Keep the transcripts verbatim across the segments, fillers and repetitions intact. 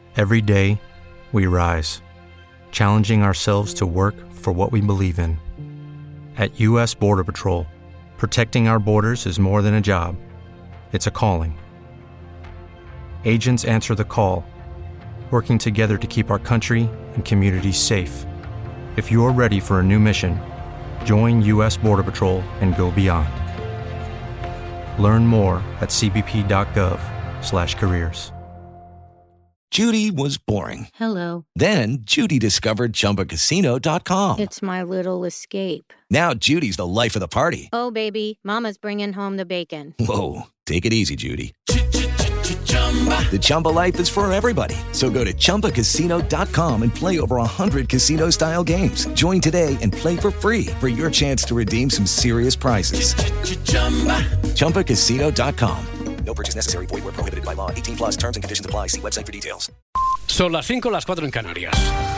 Every day, we rise, challenging ourselves to work for what we believe in. At U S Border Patrol, protecting our borders is more than a job. It's a calling. Agents answer the call, working together to keep our country and communities safe. If you're ready for a new mission, join U S Border Patrol and go beyond. Learn more at cbp.gov slash careers. Judy was boring. Hello. Then Judy discovered Chumba Casino dot com. It's my little escape. Now Judy's the life of the party. Oh, baby, mama's bringing home the bacon. Whoa, take it easy, Judy. The Chumba life is for everybody. So go to Chumba Casino dot com and play over one hundred casino-style games. Join today and play for free for your chance to redeem some serious prizes. Chumba Casino dot com. No purchase necessary. Void where prohibited by law. eighteen plus terms and conditions apply. See website for details. Son las cinco, las cuatro en Canarias.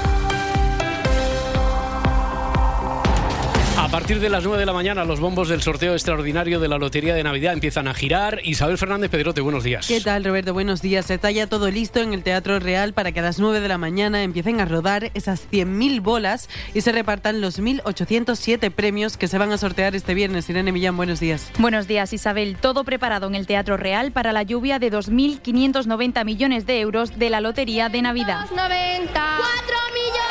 A partir de las nueve de la mañana, los bombos del sorteo extraordinario de la Lotería de Navidad empiezan a girar. Isabel Fernández Pedrote, buenos días. ¿Qué tal, Roberto? Buenos días. Está ya todo listo en el Teatro Real para que a las nueve de la mañana empiecen a rodar esas cien mil bolas y se repartan los mil ochocientos siete premios que se van a sortear este viernes. Irene Millán, buenos días. Buenos días, Isabel. Todo preparado en el Teatro Real para la lluvia de dos mil quinientos noventa millones de euros de la Lotería de Navidad. noventa cuatro millones.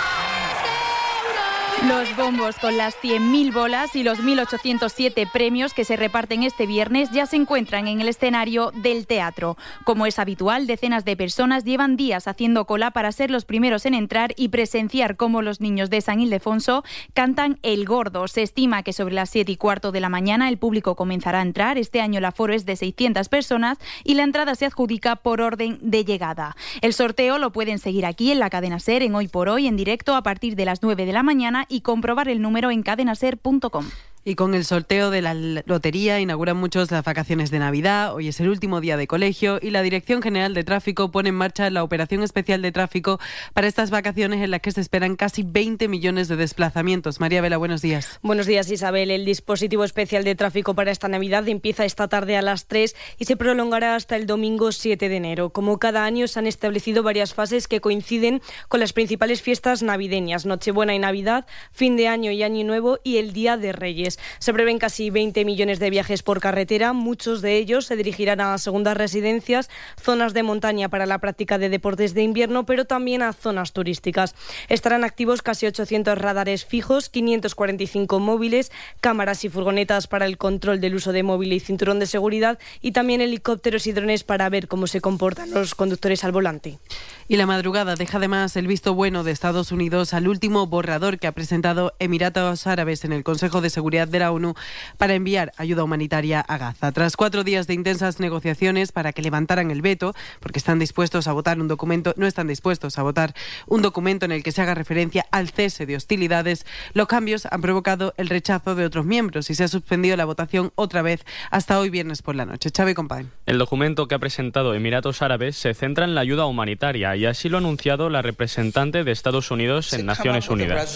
Los bombos con las cien mil bolas y los mil ochocientos siete premios que se reparten este viernes ya se encuentran en el escenario del teatro. Como es habitual, decenas de personas llevan días haciendo cola para ser los primeros en entrar y presenciar cómo los niños de San Ildefonso cantan El Gordo. Se estima que sobre las siete y cuarto de la mañana el público comenzará a entrar. Este año el aforo es de seiscientas personas y la entrada se adjudica por orden de llegada. El sorteo lo pueden seguir aquí en la cadena SER en Hoy por Hoy en directo a partir de las nueve de la mañana y comprobar el número en cadenaser punto com. Y con el sorteo de la lotería inauguran muchos las vacaciones de Navidad. Hoy es el último día de colegio y la Dirección General de Tráfico pone en marcha la operación especial de tráfico para estas vacaciones en las que se esperan casi veinte millones de desplazamientos. María Vela, buenos días. Buenos días, Isabel. El dispositivo especial de tráfico para esta Navidad empieza esta tarde a las tres y se prolongará hasta el domingo siete de enero. Como cada año se han establecido varias fases que coinciden con las principales fiestas navideñas, Nochebuena y Navidad, fin de año y Año Nuevo y el Día de Reyes. Se prevén casi veinte millones de viajes por carretera, muchos de ellos se dirigirán a segundas residencias, zonas de montaña para la práctica de deportes de invierno, pero también a zonas turísticas. Estarán activos casi ochocientos radares fijos, quinientos cuarenta y cinco móviles, cámaras y furgonetas para el control del uso de móvil y cinturón de seguridad y también helicópteros y drones para ver cómo se comportan los conductores al volante. Y la madrugada deja además el visto bueno de Estados Unidos al último borrador que ha presentado Emiratos Árabes en el Consejo de Seguridad de la ONU para enviar ayuda humanitaria a Gaza. Tras cuatro días de intensas negociaciones para que levantaran el veto, porque están dispuestos a votar un documento, no están dispuestos a votar un documento en el que se haga referencia al cese de hostilidades, los cambios han provocado el rechazo de otros miembros y se ha suspendido la votación otra vez hasta hoy viernes por la noche. Xavi Compañ. El documento que ha presentado Emiratos Árabes se centra en la ayuda humanitaria y así lo ha anunciado la representante de Estados Unidos en Naciones Unidas.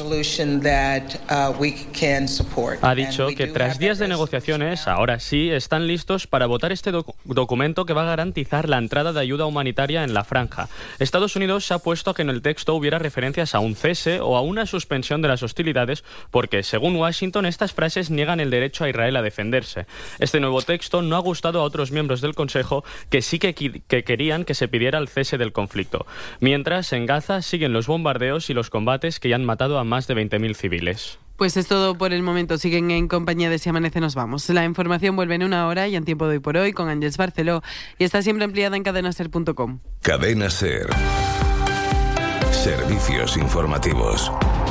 Ha dicho que tras días de negociaciones, ahora sí están listos para votar este doc- documento que va a garantizar la entrada de ayuda humanitaria en la franja. Estados Unidos se ha puesto a que en el texto hubiera referencias a un cese o a una suspensión de las hostilidades porque, según Washington, estas frases niegan el derecho a Israel a defenderse. Este nuevo texto no ha gustado a otros miembros del Consejo que sí que, qui- que querían que se pidiera el cese del conflicto. Mientras, en Gaza siguen los bombardeos y los combates que ya han matado a más de veinte mil civiles. Pues es todo por el momento. Siguen en compañía de Si Amanece Nos Vamos. La información vuelve en una hora y en Tiempo de Hoy por Hoy con Ángeles Barceló y está siempre ampliada en cadenaser punto com. Cadena SER. Servicios informativos.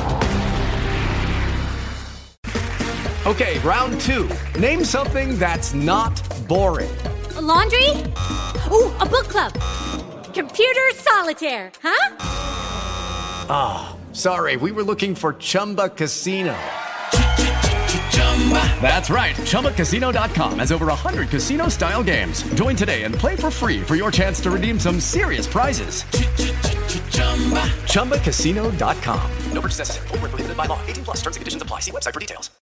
Okay, round two. Name something that's not boring. A laundry? Ooh, a book club. Computer solitaire, huh? Ah, oh, sorry, we were looking for Chumba Casino. That's right, Chumba Casino dot com has over one hundred casino-style games. Join today and play for free for your chance to redeem some serious prizes. Chumba Casino dot com. No purchase necessary. Void where prohibited by law. eighteen plus terms and conditions apply. See website for details.